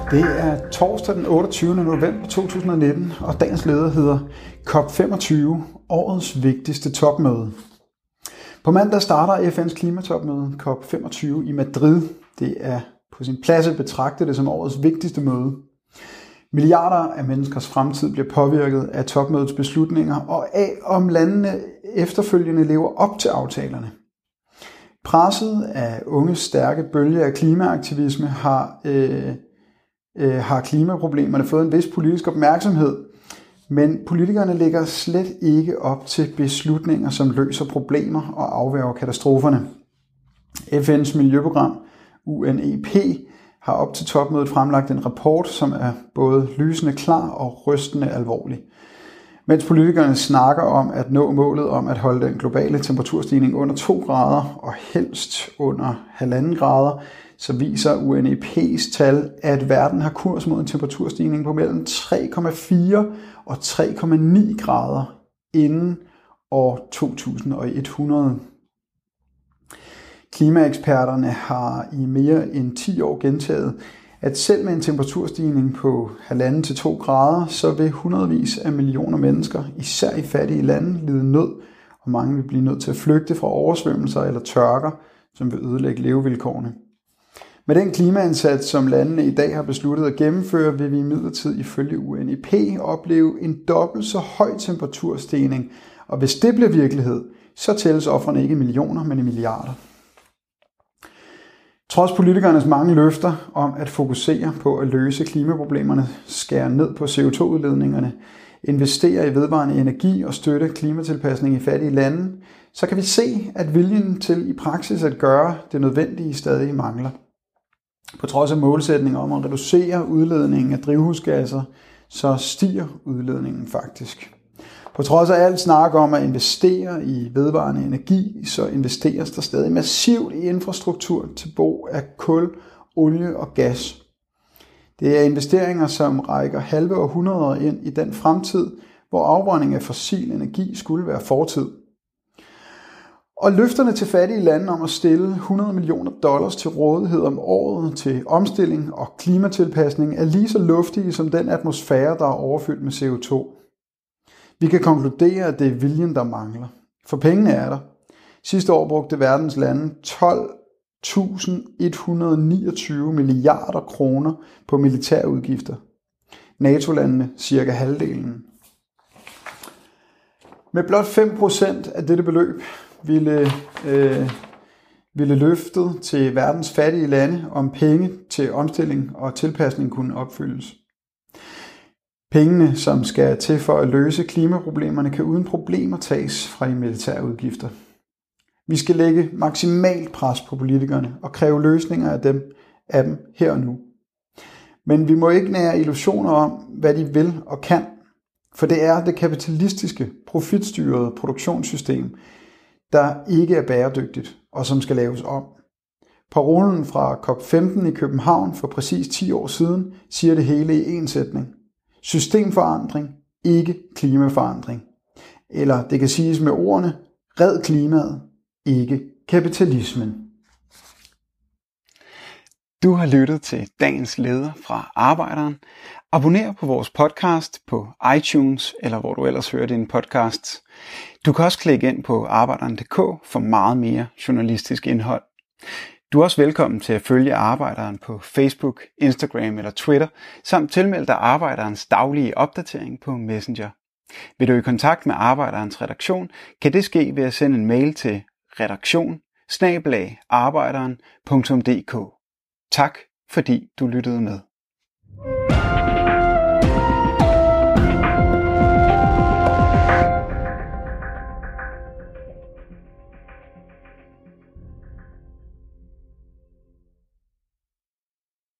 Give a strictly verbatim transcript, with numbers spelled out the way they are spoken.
Det er torsdag den otteogtyvende november to tusind og nitten, og dagens leder hedder C O P femogtyve, årets vigtigste topmøde. På mandag starter F N's klimatopmøde C O P femogtyve i Madrid. Det er på sin plads at betragte det som årets vigtigste møde. Milliarder af menneskers fremtid bliver påvirket af topmødets beslutninger og af, om landene efterfølgende lever op til aftalerne. Presset af unges stærke bølge af klimaaktivisme har, øh, øh, har klimaproblemerne fået en vis politisk opmærksomhed, men politikerne lægger slet ikke op til beslutninger, som løser problemer og afværger katastroferne. F N's miljøprogram U N E P har op til topmødet fremlagt en rapport, som er både lysende klar og rystende alvorlig. Mens politikerne snakker om at nå målet om at holde den globale temperaturstigning under to grader og helst under halvanden grader, så viser U N E P's tal, at verden har kurs mod en temperaturstigning på mellem tre komma fire og tre komma ni grader inden år to tusind og hundrede. Klimaeksperterne har i mere end ti år gentaget, at selv med en temperaturstigning på halvanden til to grader, så vil hundredvis af millioner mennesker, især i fattige lande, lide nød, og mange vil blive nødt til at flygte fra oversvømmelser eller tørker, som vil ødelægge levevilkårene. Med den klimaindsats, som landene i dag har besluttet at gennemføre, vil vi imidlertid ifølge U N E P opleve en dobbelt så høj temperaturstigning, og hvis det bliver virkelighed, så tælles ofrene ikke i millioner, men i milliarder. Trods politikernes mange løfter om at fokusere på at løse klimaproblemerne, skære ned på C O to udledningerne, investere i vedvarende energi og støtte klimatilpasning i fattige lande, så kan vi se, at viljen til i praksis at gøre det nødvendige stadig mangler. På trods af målsætninger om at reducere udledningen af drivhusgasser, så stiger udledningen faktisk. På trods af alt snak om at investere i vedvarende energi, så investeres der stadig massivt i infrastruktur til brug af kul, olie og gas. Det er investeringer, som rækker halve århundreder ind i den fremtid, hvor afbrænding af fossil energi skulle være fortid. Og løfterne til fattige lande om at stille hundrede millioner dollars til rådighed om året til omstilling og klimatilpasning er lige så luftige som den atmosfære, der er overfyldt med C O to. Vi kan konkludere, at det er viljen, der mangler. For pengene er der. Sidste år brugte verdens lande tolv tusind et hundrede niogtyve milliarder kroner på militærudgifter. NATO-landene cirka halvdelen. Med blot fem procent af dette beløb ville, øh, ville løftet til verdens fattige lande om penge til omstilling og tilpasning kunne opfyldes. Pengene, som skal til for at løse klimaproblemerne, kan uden problemer tages fra de militære udgifter. Vi skal lægge maksimalt pres på politikerne og kræve løsninger af dem, af dem her og nu. Men vi må ikke nære illusioner om, hvad de vil og kan, for det er det kapitalistiske, profitstyrede produktionssystem, der ikke er bæredygtigt og som skal laves om. Parolen fra C O P femten i København for præcis ti år siden siger det hele i en sætning. Systemforandring, ikke klimaforandring. Eller det kan siges med ordene, red klimaet, ikke kapitalismen. Du har lyttet til dagens leder fra Arbejderen. Abonner på vores podcast på iTunes, eller hvor du ellers hører dine podcasts. Du kan også klikke ind på arbejderen punktum d k for meget mere journalistisk indhold. Du er også velkommen til at følge Arbejderen på Facebook, Instagram eller Twitter, samt tilmelde dig Arbejderens daglige opdatering på Messenger. Vil du i kontakt med Arbejderens redaktion, kan det ske ved at sende en mail til redaktion bindestreg arbejderen punktum d k. Tak fordi du lyttede med.